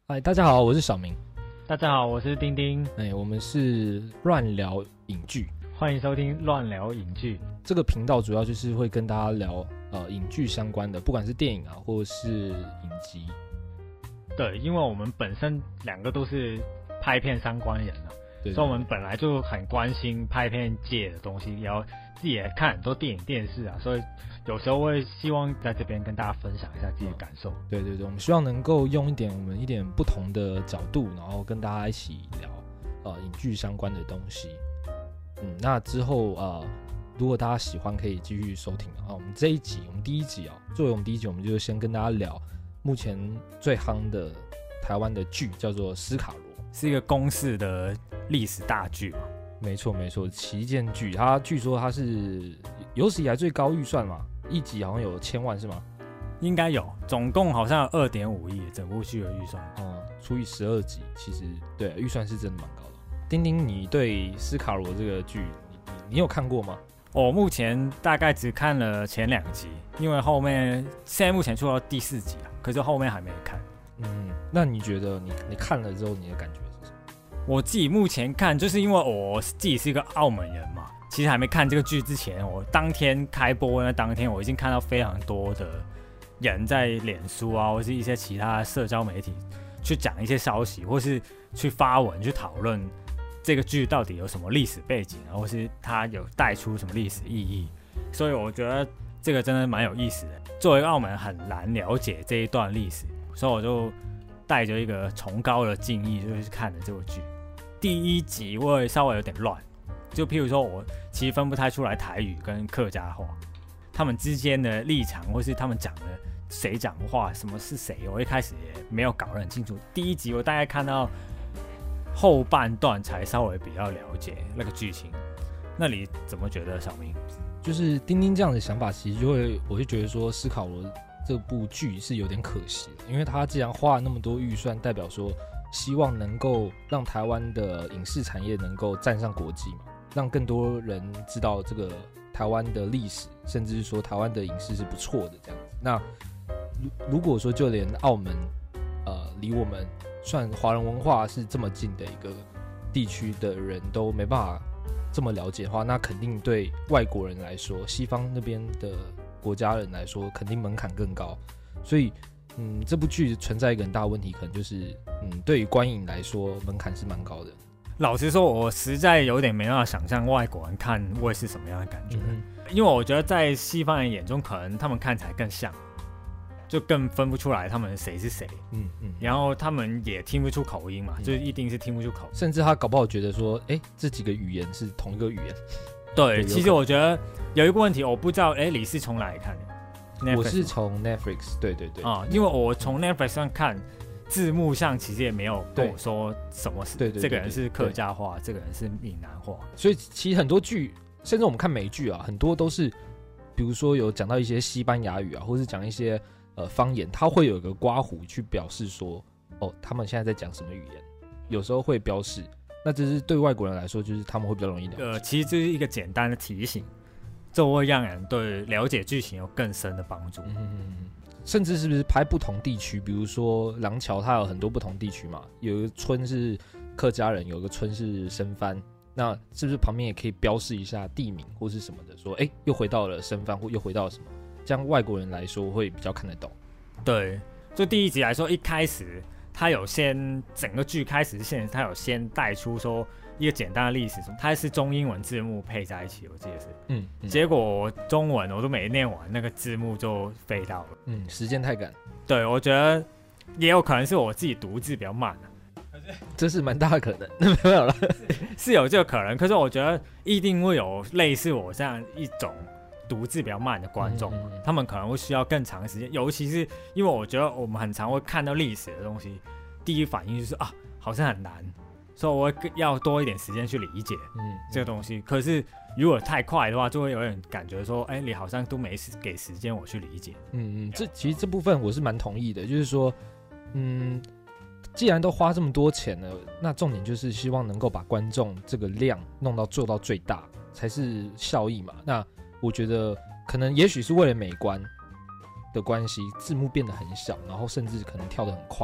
嗨，大家好，我是小明。 大家好，我是丁丁。 我们是乱聊影剧， 欢迎收听乱聊影剧。 这个频道主要就是会跟大家聊影剧相关的，不管是电影啊，或是影集。 对，因为我们本身两个都是拍片相关人啊， 对， 所以我们本来就很关心拍片界的东西，也要自己也看很多电影电视啊，所以有时候会希望在这边跟大家分享一下自己的感受。 对，我们希望能够用我们一点不同的角度，然后跟大家一起聊影剧相关的东西。那之后如果大家喜欢，可以继续收听啊。我们第一集作为我们第一集，我们就先跟大家聊目前最夯的台湾的剧，叫做《斯卡罗》， 是一个公视的历史大剧嘛？ 没错，旗舰剧，它据说它是有史以来最高预算嘛，一集好像有1000万是吗？ 应该有，总共好像有2.5亿整部剧的预算。 除以12集，其实对预算是真的蛮高的。丁丁，你对斯卡罗这个剧，你有看过吗？ 我目前大概只看了前2集，因为后面现在目前出到第4集了，可是后面还没看。 那你觉得你看了之后你的感觉是什么？ 我自己目前看，就是因为我自己是一个澳门人嘛，其实还没看这个剧之前，我当天开播那当天，我已经看到非常多的人在脸书啊，或是一些其他社交媒体去讲一些消息，或是去发文去讨论这个剧到底有什么历史背景啊，或是它有带出什么历史意义，所以我觉得这个真的蛮有意思的。作为澳门很难了解这一段历史，所以我就带着一个崇高的敬意就是看了这部剧。第1集我也稍微有点乱，就譬如说我其实分不太出来台语跟客家话，他们之间的立场或是他们讲的谁讲话什么是谁，我一开始也没有搞得很清楚。第1集我大概看到后半段才稍微比较了解那个剧情。那你怎么觉得，小明？ 就是丁丁这样的想法，其实我会觉得说，斯卡罗这部剧是有点可惜的，因为他既然花了那么多预算，代表说希望能够让台湾的影视产业能够站上国际嘛，让更多人知道这个台湾的历史，甚至是说台湾的影视是不错的这样子。那如果说就连澳门离我们算华人文化是这么近的一个地区的人都没办法这么了解的话，那肯定对外国人来说，西方那边的国家人来说，肯定门槛更高。所以这部剧存在一个很大的问题，可能就是对于观影来说门槛是蛮高的。 老实说，我实在有点没办法想象外国人看会是什么样的感觉，因为我觉得在西方人眼中，可能他们看起来更像，就更分不出来他们谁是谁。然后他们也听不出口音嘛，就是一定是听不出口音， 甚至他搞不好觉得说，这几个语言是同一个语言。 对，其实我觉得有一个问题，我不知道，你是从哪里看的？ 我是从 Netflix， 对因为我从 Netflix 上看。字幕上其实也没有跟我说什么是这个人是客家话，这个人是闽南话， 所以其实很多剧，甚至我们看美剧啊，很多都是，比如说有讲到一些西班牙语啊，或是讲一些方言，它会有一个刮胡去表示说，他们现在在讲什么语言，有时候会标示。那这是对外国人来说，就是他们会比较容易了解。 其实这是一个简单的提醒，这会让人对了解剧情有更深的帮助。 甚至是不是拍不同地区，比如说廊桥，它有很多不同地区嘛，有一个村是客家人，有一个村是生番，那是不是旁边也可以标示一下地名或是什么的，说又回到了生番，或又回到了什么，这样外国人来说会比较看得懂。 对，就第1集来说，一开始他有先整个剧开始前，他有先带出说一个简单的历史，它是中英文字幕配在一起，我记得是。结果中文我都没念完，那个字幕就飞到了。 时间太赶。 对，我觉得也有可能是我自己读字比较慢这是蛮大的可能。没有了， 是有这个可能。可是我觉得一定会有类似我这样一种读字比较慢的观众，他们可能会需要更长的时间，尤其是因为我觉得我们很常会看到历史的东西，第一反应就是好像很难。所以我会要多一点时间去理解这个东西。可是如果太快的话，就会有点感觉说，你好像都没给时间我去理解。 其实这部分我是蛮同意的，就是说，既然都花这么多钱了，那重点就是希望能够把观众这个量做到最大，才是效益嘛。那我觉得可能也许是为了美观的关系，字幕变得很小，然后甚至可能跳得很快。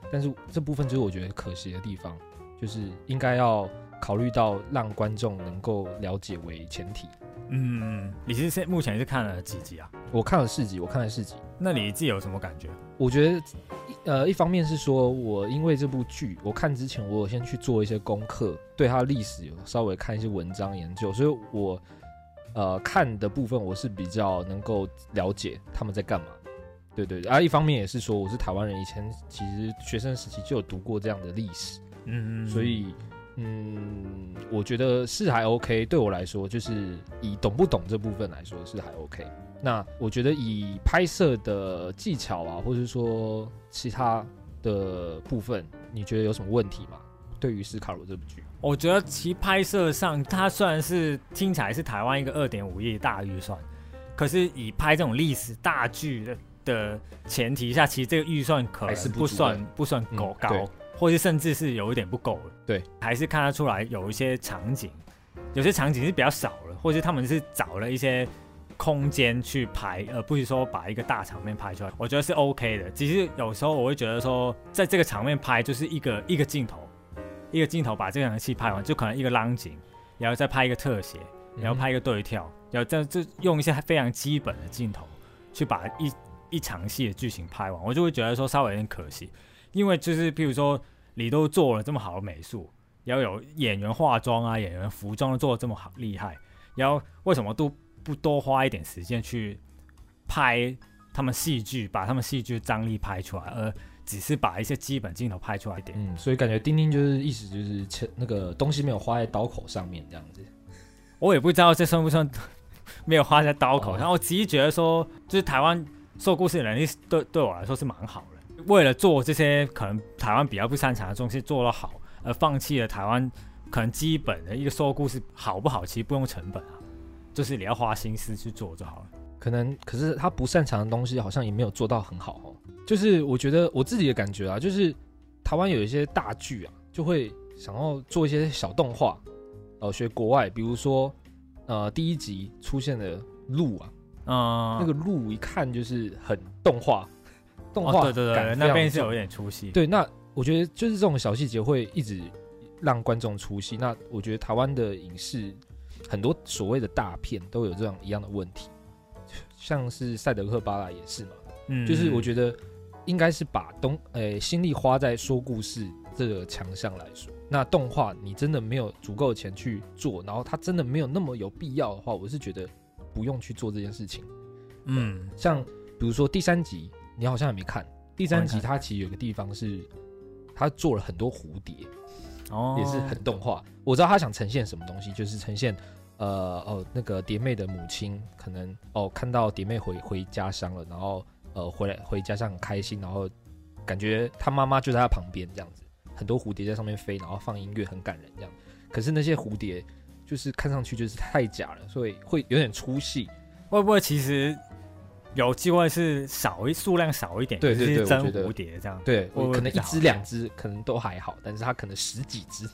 但是这部分就是我觉得可惜的地方，就是应该要考虑到让观众能够了解为前提。 你是目前是看了几集啊？ 我看了4集， 那你自己有什么感觉？ 我觉得，一方面是说我因为这部剧，我看之前我有先去做一些功课，对它历史有稍微看一些文章研究，所以我看的部分我是比较能够了解他们在干嘛。对对对，一方面也是说我是台湾人，以前其实学生时期就有读过这样的历史，所以我觉得是还 OK， 对我来说就是以懂不懂这部分来说是还 OK。那我觉得以拍摄的技巧啊，或者说其他的部分，你觉得有什么问题吗？对于斯卡罗这部剧， 我觉得其拍摄上，它虽然是听起来是台湾一个2.5亿大预算，可是以拍这种历史大剧的前提下，其实这个预算可能不算够高，或是甚至是有一点不够了。 对， 还是看得出来有一些场景，有些场景是比较少了，或是他们是找了一些空间去拍，而不是说把一个大场面拍出来。我觉得是 OK 的。只是有时候我会觉得说，在这个场面拍就是一个镜头，一个镜头把这场戏拍完，就可能一个浪景，然后再拍一个特写，然后拍一个对跳，然后就用一些非常基本的镜头去把一场戏的剧情拍完，我就会觉得说稍微有点可惜。因为就是譬如说你都做了这么好的美术，然后有演员化妆啊、演员服装都做得这么好厉害，然后为什么都不多花一点时间去拍他们戏剧，把他们戏剧张力拍出来，而只是把一些基本镜头拍出来一点。 所以感觉丁丁就是意思就是那个东西没有花在刀口上面这样子。 我也不知道这算不算没有花在刀口上，我只是觉得说，就是台湾说故事的能力对我来说是蛮好的。为了做这些可能台湾比较不擅长的东西做得好，而放弃了台湾可能基本的一个说故事好不好，其实不用成本啊，就是你要花心思去做就好了。 可是他不擅长的东西好像也没有做到很好哦。就是我觉得我自己的感觉啊，就是台湾有一些大剧啊，就会想要做一些小动画，学国外，比如说第1集出现的鹿啊，那个鹿一看就是很动画。 对对对，那边是有一点出戏。 对，那我觉得就是这种小细节会一直让观众出戏。那我觉得台湾的影视很多所谓的大片都有这样一样的问题，像是赛德克巴莱也是嘛，就是我觉得应该是把心力花在说故事这个强项来说，那动画你真的没有足够的钱去做，然后它真的没有那么有必要的话，我是觉得不用去做这件事情。像比如说第3集。你好像还没看第3集，它其实有个地方是他做了很多蝴蝶，也是很动画。我知道他想呈现什么东西，就是呈现那个蝶妹的母亲可能看到蝶妹回家乡了，然后回家乡很开心，然后感觉他妈妈就在他旁边这样子，很多蝴蝶在上面飞，然后放音乐很感人这样。可是那些蝴蝶就是看上去就是太假了，所以会有点出戏。 会不会其实？有机会是数量少一点， 对对对， 就是真蝴蝶这样。对， 可能1只2只可能都还好，但是它可能10几只。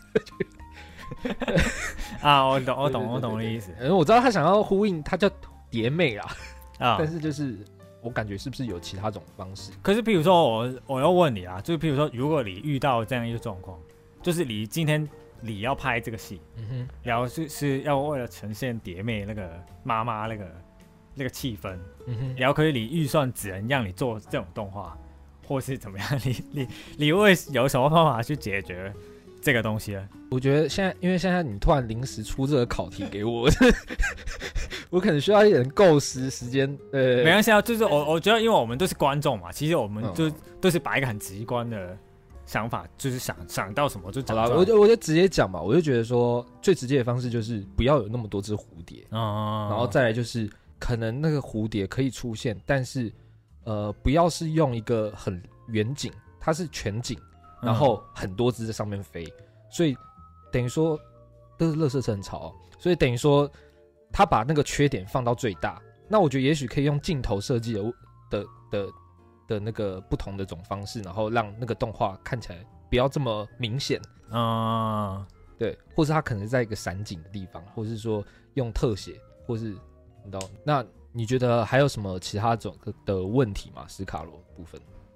我懂的意思。 我知道他想要呼应，他叫蝶妹啦，但是就是我感觉是不是有其他种方式？ 可是譬如说我要问你啊，就是譬如说，如果你遇到这样一个状况，就是你今天你要拍这个戏，然后是要为了呈现蝶妹那个妈妈那个气氛，然后可是你预算只能让你做这种动画，或是怎么样？你会有什么方法去解决这个东西呢？ 我觉得因为现在你突然临时出这个考题给我，我可能需要一点构思时间。 没关系啊，就是我觉得，因为我们都是观众嘛，其实我们都是把一个很直观的想法，就是想到什么就讲出来。 我就直接讲嘛，我就觉得说最直接的方式就是不要有那么多只蝴蝶，然后再来就是。可能那个蝴蝶可以出现，但是不要是用一个很远景，它是全景，然后很多只在上面飞，所以等于说都是垃圾车很吵，所以等于说他把那个缺点放到最大。那我觉得也许可以用镜头设计的那个不同的种方式，然后让那个动画看起来不要这么明显对，或是它可能在一个散景的地方，或是说用特写，或是。那你觉得还有什么其他种的问题吗？斯卡罗部分？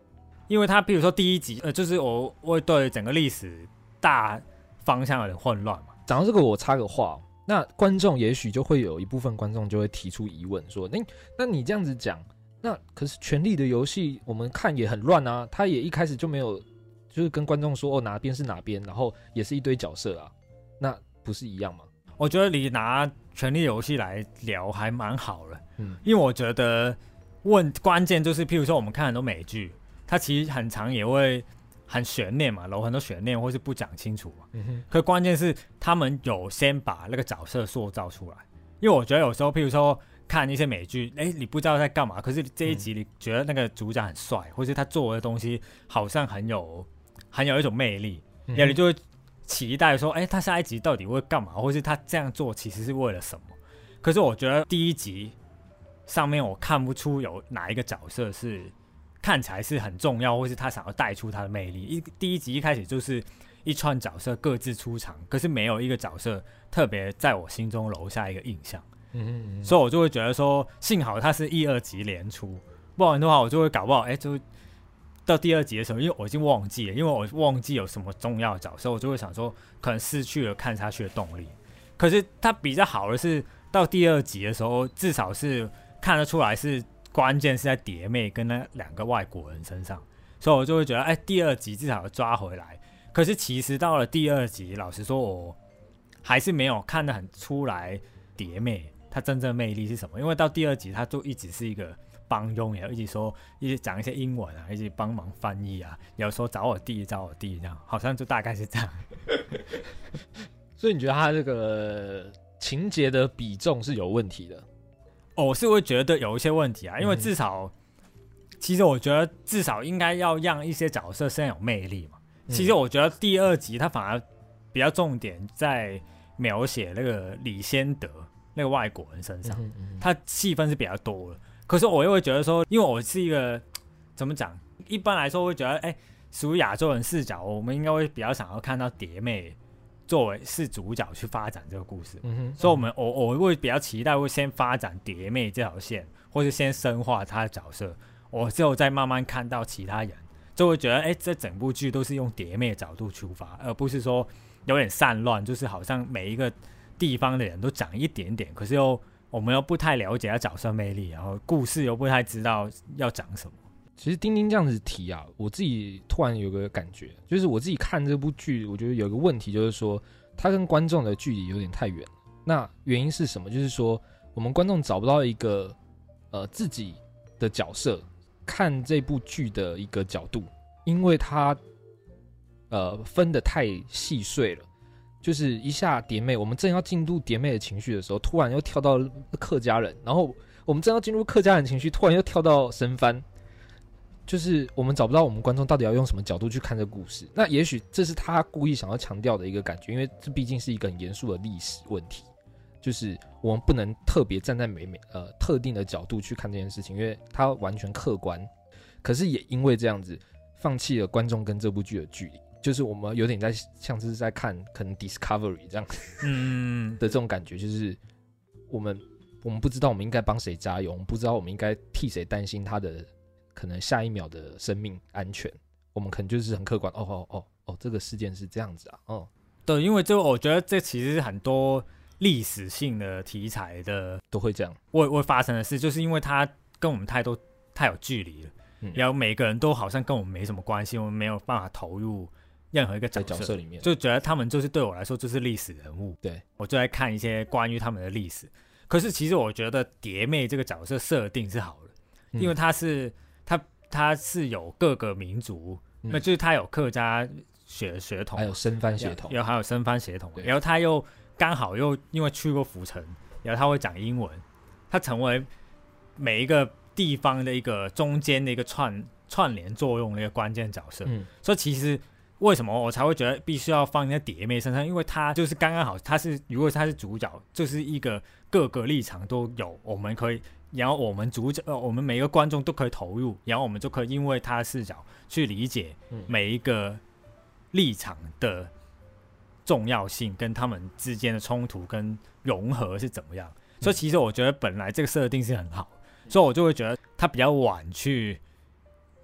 因为他比如说第一集，就是我会对整个历史大方向有点混乱嘛。 讲到这个，我插个话，那观众也许就会有一部分观众就会提出疑问说，那你这样子讲，那可是《权力的游戏》我们看也很乱啊，他也一开始就没有就是跟观众说哪边是哪边，然后也是一堆角色啊，那不是一样吗？ 我觉得你拿《权力游戏》来聊还蛮好的，因为我觉得关键就是，譬如说我们看很多美剧，它其实很常也会很悬念嘛，有很多悬念或是不讲清楚嘛。可关键是他们有先把那个角色塑造出来，因为我觉得有时候譬如说看一些美剧，你不知道在干嘛，可是这一集你觉得那个主角很帅，或是他做的东西好像很有一种魅力，然后你就会期待说他下一集到底会干嘛，或是他这样做其实是为了什么。可是我觉得第一集上面我看不出有哪一个角色是看起来是很重要，或是他想要带出他的魅力。第一集一开始就是一串角色各自出场，可是没有一个角色特别在我心中留下一个印象。所以我就会觉得说，幸好他是1、2集连出，不然的话我就会搞不好就到第2集的时候，因为我已经忘记了，因为我忘记有什么重要的角色，我就会想说可能失去了看下去的动力。可是他比较好的是到第2集的时候，至少是看得出来是关键是在蝶妹跟那2个外国人身上，所以我就会觉得第2集至少要抓回来。可是其实到了第2集，老实说我还是没有看得很出来蝶妹她真正的魅力是什么，因为到第2集她就一直是一个帮佣，也一直讲一些英文啊，一直帮忙翻译啊，有时候找我弟这样，好像就大概是这样。 所以你觉得他这个情节的比重是有问题的？ 我是会觉得有一些问题啊，因为至少，其实我觉得至少应该要让一些角色身上有魅力嘛。其实我觉得第2集他反而比较重点在描写那个李先德那个外国人身上，他戏份是比较多的。可是我又会觉得说，因为我是一个怎么讲，一般来说我会觉得，属于亚洲人视角，我们应该会比较想要看到蝶妹作为是主角去发展这个故事，所以我会比较期待会先发展蝶妹这条线，或是先深化她的角色，我之后再慢慢看到其他人，就会觉得这整部剧都是用蝶妹的角度出发，而不是说有点散乱，就是好像每一个地方的人都讲一点点，可是我们又不太了解他角色魅力，然后故事又不太知道要讲什么。 其实丁丁这样子提啊，我自己突然有个感觉，就是我自己看这部剧，我觉得有个问题就是说，它跟观众的距离有点太远了。那原因是什么？就是说，我们观众找不到一个自己的角色看这部剧的一个角度，因为它分得太细碎了。就是一下蝶妹，我们正要进入蝶妹的情绪的时候，突然又跳到客家人，然后我们正要进入客家人情绪，突然又跳到生番。就是我们找不到我们观众到底要用什么角度去看这个故事，那也许这是他故意想要强调的一个感觉，因为这毕竟是一个很严肃的历史问题，就是我们不能特别站在特定的角度去看这件事情，因为它完全客观。可是也因为这样子，放弃了观众跟这部剧的距离，就是我们有点像是在看可能 Discovery 这样的这种感觉，就是我们不知道我们应该帮谁加油，我们不知道我们应该替谁担心他的可能下一秒的生命安全，我们可能就是很客观，这个事件是这样子啊， 对，因为我觉得这其实是很多历史性的题材的都会这样会发生的事，就是因为它跟我们太有距离了，然后每个人都好像跟我们没什么关系，我们没有办法投入任何一个角色里面，就觉得他们就是对我来说就是历史人物， 对， 我就在看一些关于他们的历史。可是其实我觉得蝶妹这个角色设定是好的，因为它是有各个民族，那就是他有客家血统， 还有生番血统， 还有生番血统，然后他又刚好又因为去过府城，然后他会讲英文，他成为每一个地方的一个中间的一个串联作用的一个关键角色。所以其实为什么我才会觉得必须要放在蝶妹身上，因为他就是刚刚好，如果他是主角，就是一个各个立场都有，我们可以。然后我们每一个观众都可以投入，然后我们就可以因为他的视角去理解每一个立场的重要性，跟他们之间的冲突跟融合是怎么样。所以其实我觉得本来这个设定是很好，所以我就会觉得他比较晚去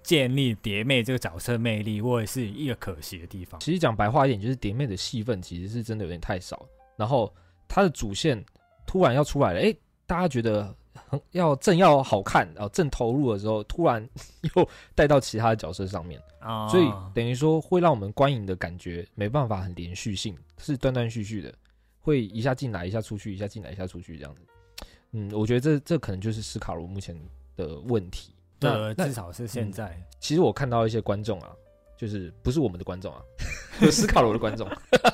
建立蝶妹这个角色魅力，我也是一个可惜的地方。 其实讲白话一点，就是蝶妹的戏份其实是真的有点太少，然后她的主线突然要出来了，大家觉得正要好看，然后正投入的时候，突然又带到其他的角色上面，所以等于说会让我们观影的感觉没办法很连续性，是断断续续的，会一下进来一下出去，一下进来一下出去这样子。我觉得这可能就是斯卡罗目前的问题。 至少是现在。 其实我看到一些观众啊，就是不是我们的观众啊，有斯卡罗的观众，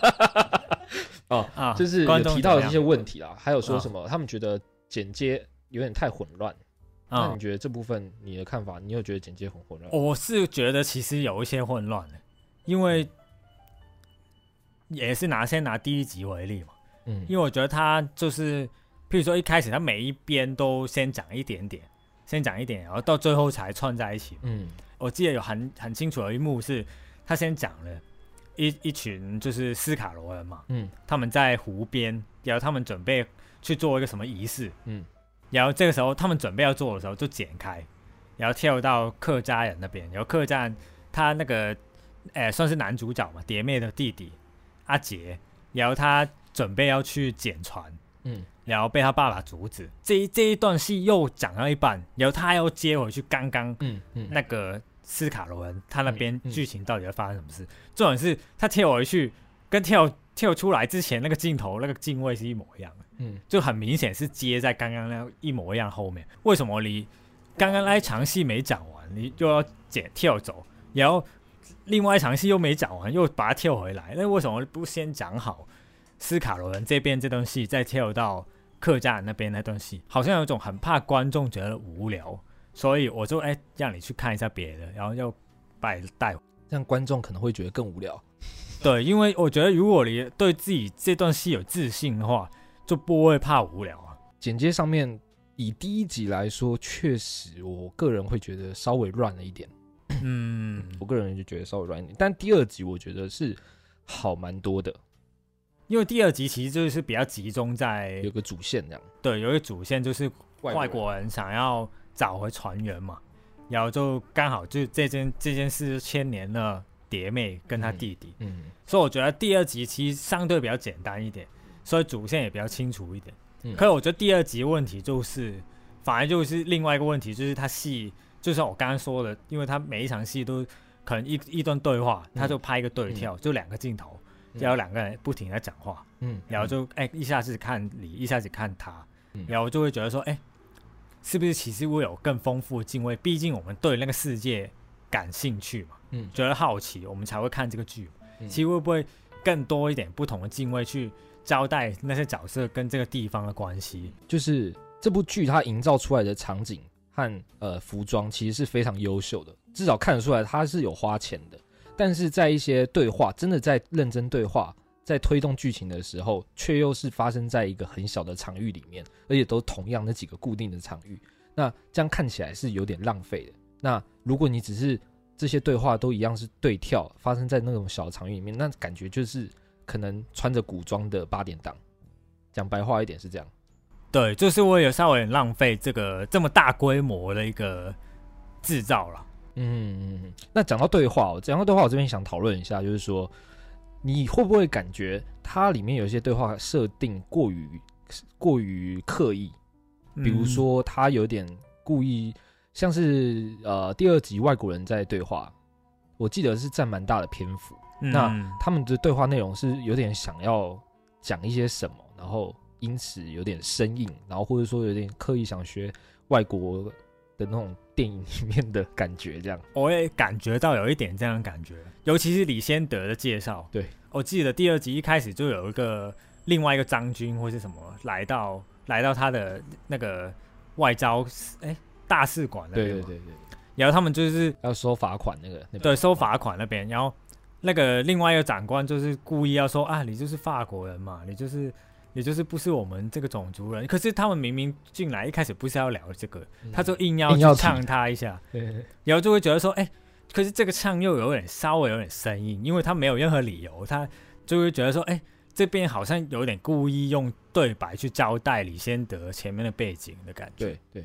就是有提到这些问题啦，还有说什么他们觉得剪接有点太混乱。那你觉得这部分你的看法？你有觉得剪接很混乱？ 我是觉得其实有一些混乱的，因为也是先拿第一集为例嘛。因为我觉得他就是，譬如说一开始他每一边都先讲一点点，然后到最后才串在一起。我记得有很清楚的一幕是，他先讲了一群就是斯卡罗人嘛，他们在湖边，然后他们准备去做一个什么仪式，然后这个时候他们准备要做的时候就剪开，然后跳到客家人那边，然后客家人他那个算是男主角嘛，蝶妹的弟弟阿杰，然后他准备要去捡船，然后被他爸爸阻止。这一段戏又讲到一半，然后他又接回去刚刚那个斯卡罗人他那边剧情到底要发生什么事。重点是他跳回去跟跳出来之前那个镜头那个镜位是一模一样的，就很明显是接在刚刚那一模一样后面。为什么你刚刚那一场戏没讲完，你就要跳走，然后另外一场戏又没讲完，又把它跳回来？那为什么不先讲好斯卡罗人这边这段戏，再跳到客家人那边那段戏？好像有一种很怕观众觉得无聊，所以我就让你去看一下别的，然后又把你带回来， 这样观众可能会觉得更无聊。 对，因为我觉得如果你对自己这段戏有自信的话，就不会怕无聊啊。 剪接上面以第一集来说，确实我个人会觉得稍微乱了一点。我个人就觉得稍微乱一点，但第二集我觉得是好蛮多的， 因为第二集其实就是比较集中在有个主线这样。 对，有一个主线就是外国人想要找回船员嘛，然后就刚好就这件事牵连了蝶妹跟他弟弟，所以我觉得第二集其实相对比较简单一点，所以主线也比较清楚一点。可是我觉得第二集问题就是，反而就是另外一个问题，就是他戏就像我刚刚说的，因为他每一场戏都可能一段对话，他就拍一个对跳，就两个镜头，然后两个人不停在讲话，然后就一下子看你，一下子看他，然后就会觉得说，是不是其实会有更丰富的敬畏？毕竟我们对那个世界感兴趣嘛，觉得好奇，我们才会看这个剧。其实会不会更多一点不同的敬畏去交代那些角色跟这个地方的关系？ 就是这部剧它营造出来的场景和服装其实是非常优秀的，至少看得出来它是有花钱的。但是在一些对话，真的在认真对话，在推动剧情的时候，却又是发生在一个很小的场域里面，而且都同样那几个固定的场域。那这样看起来是有点浪费的。那如果你只是这些对话都一样是对跳，发生在那种小场域里面，那感觉就是可能穿着古装的8点档。讲白话一点是这样。 对，就是我有稍微浪费这个这么大规模的一个制造了。 那讲到对话，我这边想讨论一下，就是说你会不会感觉它里面有一些对话设定过于刻意？比如说它有点故意，像是第二集外国人在对话，我记得是占蛮大的篇幅。那他们的对话内容是有点想要讲一些什么，然后因此有点生硬，然后或者说有点刻意想学外国的那种电影里面的感觉，这样我也感觉到有一点这样的感觉，尤其是李先德的介绍。 对， 我记得第二集一开始就有另外一个将军或是什么来到他的那个外交大使馆那边，对，然后他们就是要收罚款那个， 对，收罚款那边，然后那个另外一个长官就是故意要说啊，你就是法国人嘛，你就是不是我们这个种族人。可是他们明明进来一开始不是要聊这个，他就硬要去呛他一下，然后就会觉得说，可是这个呛又稍微有点生硬，因为他没有任何理由，他就会觉得说，这边好像有点故意用对白去交代李先德前面的背景的感觉。 对，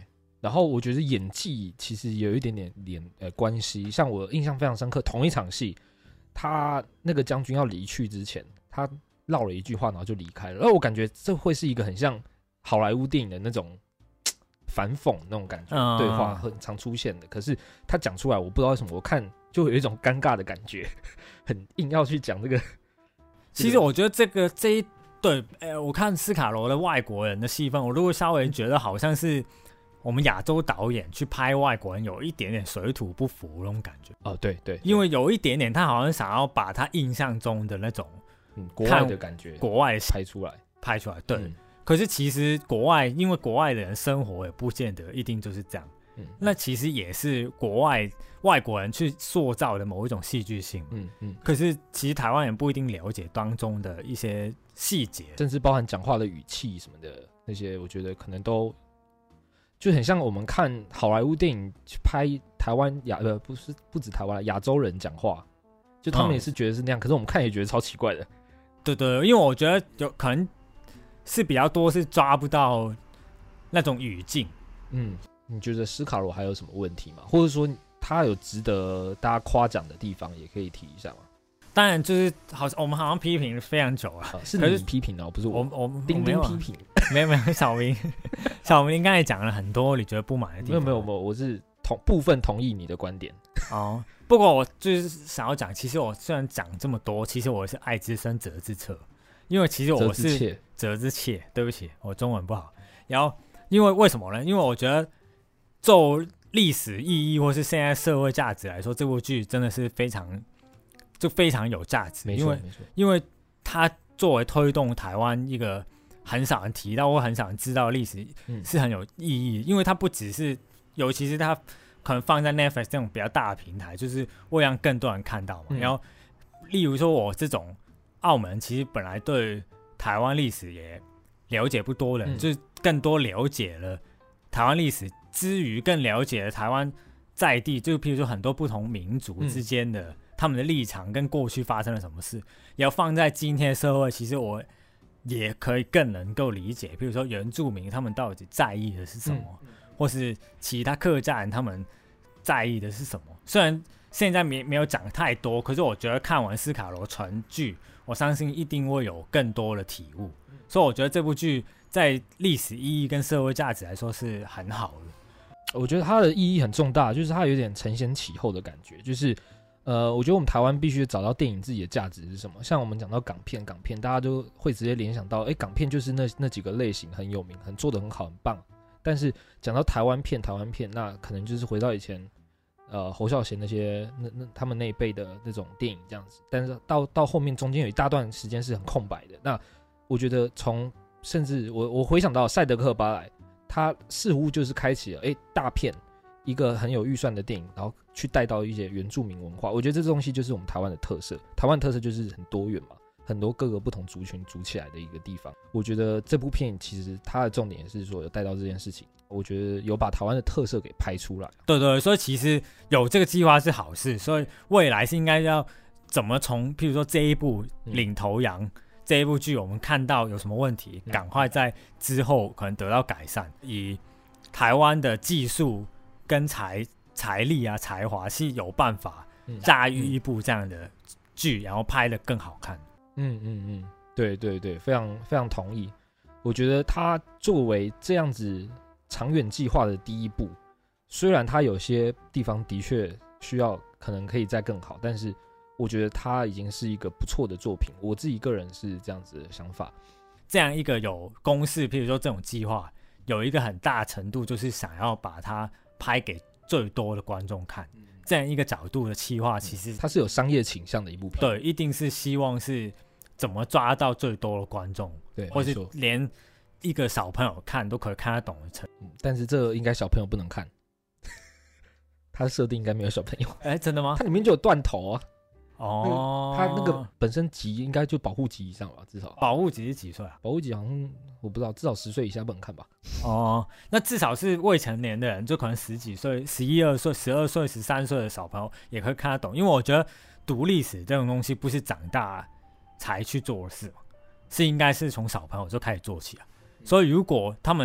然后我觉得演技其实有一点点关系，像我印象非常深刻，同一场戏，他那个将军要离去之前，他唠了一句话，然后就离开了。然后我感觉这会是一个很像好莱坞电影的那种反讽那种感觉，对话很常出现的。可是他讲出来，我不知道为什么，我看就有一种尴尬的感觉，很硬要去讲这个。 其实我觉得这一对，我看斯卡罗的外国人的戏份，我如果稍微觉得好像是我们亚洲导演去拍外国人，有一点点水土不服那种感觉。 哦，对对， 因为有一点点，他好像想要把他印象中的那种国外的感觉， 国外拍出来，对。可是其实国外，因为国外的人生活也不见得一定就是这样。那其实也是外国人去塑造的某一种戏剧性。可是其实台湾人不一定了解当中的一些细节， 甚至包含讲话的语气什么的那些，我觉得可能都就很像我们看好莱坞电影去拍台湾不止台湾亚洲人讲话，就他们也是觉得是那样，可是我们看也觉得超奇怪的。 对对，因为我觉得有可能是比较多是抓不到那种语境。 你觉得斯卡罗还有什么问题吗？或者说他有值得大家夸奖的地方，也可以提一下吗？ 当然，就是我们好像批评非常久了， 是你批评的，不是我丁丁批评。 没有小明刚才讲了很多你觉得不满的地方。 没有，我是部分同意你的观点。 不过我就是想要讲，其实我虽然讲这么多，其实我是爱之深责之切，因为其实我是责之切，对不起，我中文不好。然后因为什么呢？因为我觉得就历史意义或是现在社会价值来说，这部剧真的是非常有价值。 没错， 因为它作为推动台湾一个很少人提到或很少人知道的历史，是很有意义。因为它不只是，尤其是它可能放在 Netflix 这种比较大的平台，就是为了让更多人看到嘛。然后，例如说我这种澳门，其实本来对台湾历史也了解不多的，就是更多了解了台湾历史之余，更了解了台湾在地，就譬如说很多不同民族之间的。他们的立场跟过去发生了什么事，也要放在今天的社会，其实我也可以更能够理解，比如说原住民他们到底在意的是什么，或是其他客家人他们在意的是什么。虽然现在没有讲太多，可是我觉得看完斯卡罗全剧，我相信一定会有更多的体悟。所以我觉得这部剧在历史意义跟社会价值来说是很好的。 我觉得它的意义很重大，就是它有点承先启后的感觉，就是我觉得我们台湾必须找到电影自己的价值是什么。像我们讲到港片，大家都会直接联想到，港片就是那几个类型很有名，做得很好，很棒。但是讲到台湾片，那可能就是回到以前，侯孝贤那些他们那一辈的那种电影这样子。但是到后面中间有一大段时间是很空白的。那我觉得甚至我回想到赛德克巴莱，他似乎就是开启了大片。一个很有预算的电影，然后去带到一些原住民文化，我觉得这东西就是我们台湾的特色。台湾特色就是很多元嘛，很多各个不同族群组起来的一个地方。我觉得这部片其实它的重点是说有带到这件事情，我觉得有把台湾的特色给拍出来。 对，所以其实有这个计划是好事，所以未来是应该要怎么从譬如说这一部领头羊，这一部剧我们看到有什么问题，赶快在之后可能得到改善，以台湾的技术跟财力啊才华是有办法驾驭一部这样的剧，然后拍得更好看。 对，非常非常同意。我觉得它作为这样子长远计划的第一步，虽然它有些地方的确需要可能可以再更好，但是我觉得它已经是一个不错的作品。我自己个人是这样子的想法。 这样一个有公式，譬如说这种计划，有一个很大程度就是想要把它拍给最多的观众看，这样一个角度的企划，其实它是有商业倾向的一部片。 对，一定是希望是怎么抓到最多的观众， 对， 或是连一个小朋友看都可以看得懂的程度。 但是这应该小朋友不能看，它的设定应该没有小朋友。 真的吗？ 它里面就有断头啊。它那个本身级应该就保护级以上吧，至少。 保护级是几岁啊？ 保护级好像我不知道，至少10岁以下不能看吧。 那至少是未成年的人，就可能10几岁、11、2岁、12岁、13岁的小朋友也可以看得懂。因为我觉得读历史这种东西不是长大才去做的事嘛，是应该是从小朋友就开始做起啊。所以如果他们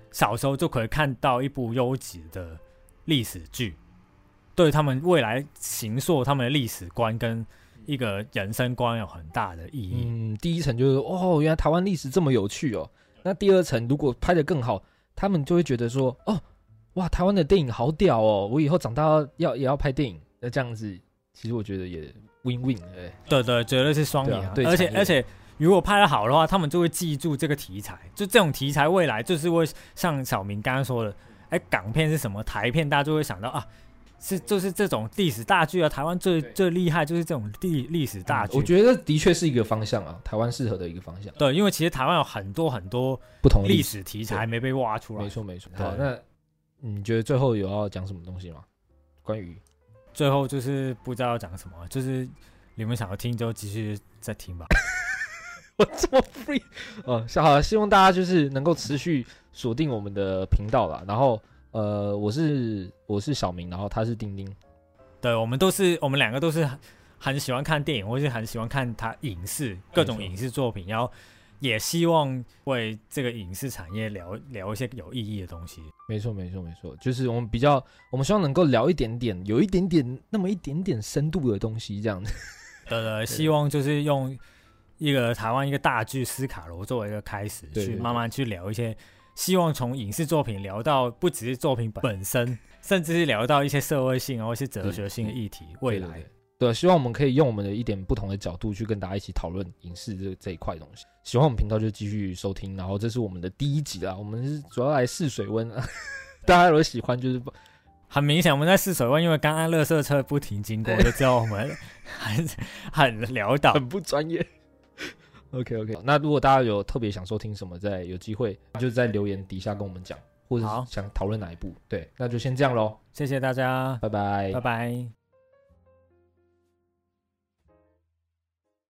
小时候就可以看到一部优质的历史剧，对他们未来形塑他们的历史观跟一个人生观有很大的意义。 第一层就是原来台湾历史这么有趣哦。那第二层如果拍得更好，他们就会觉得说哇，台湾的电影好屌哦，我以后长大也要拍电影。那这样子，其实我觉得也 win-win， 对，绝对是双赢啊！而且如果拍得好的话，他们就会记住这个题材。就这种题材，未来就是会像小明刚刚说的，港片是什么，台片大家就会想到就是这种历史大剧啊。台湾最厉害就是这种历史大剧。 我觉得的确是一个方向啊，台湾适合的一个方向。 对，因为其实台湾有很多很多不同历史题材没被挖出来。 没错。好，那你觉得最后有要讲什么东西吗？关于最后就是不知道要讲什么，就是你们想要听就继续再听吧。 我这么 free 好，希望大家就是能够持续锁定我们的频道啦。然后我是小明，然后他是丁丁。 对，我们两个都是很喜欢看电影，或是很喜欢看他影视各种影视作品，然后也希望为这个影视产业聊一些有意义的东西。没错， 就是我们希望能够聊一点点，有一点点那么一点点深度的东西，这样子。 对，希望就是用一个台湾一个大剧《斯卡罗》作为一个开始，去慢慢去聊一些，希望从影视作品聊到不只是作品本身，甚至是聊到一些社会性或一些哲学性的议题。未来对，希望我们可以用我们的一点不同的角度去跟大家一起讨论影视这一块东西。喜欢我们频道就继续收听，然后这是我们的第一集啦，我们是主要来试水温大家如果喜欢就是很明显我们在试水温，因为刚刚垃圾车不停经过，就知道我们很潦倒， 很不专业。OK， 那如果大家有特别想收听什么，有机会就在留言底下跟我们讲，或者想讨论哪一部。对，那就先这样咯， 谢谢大家， 拜拜。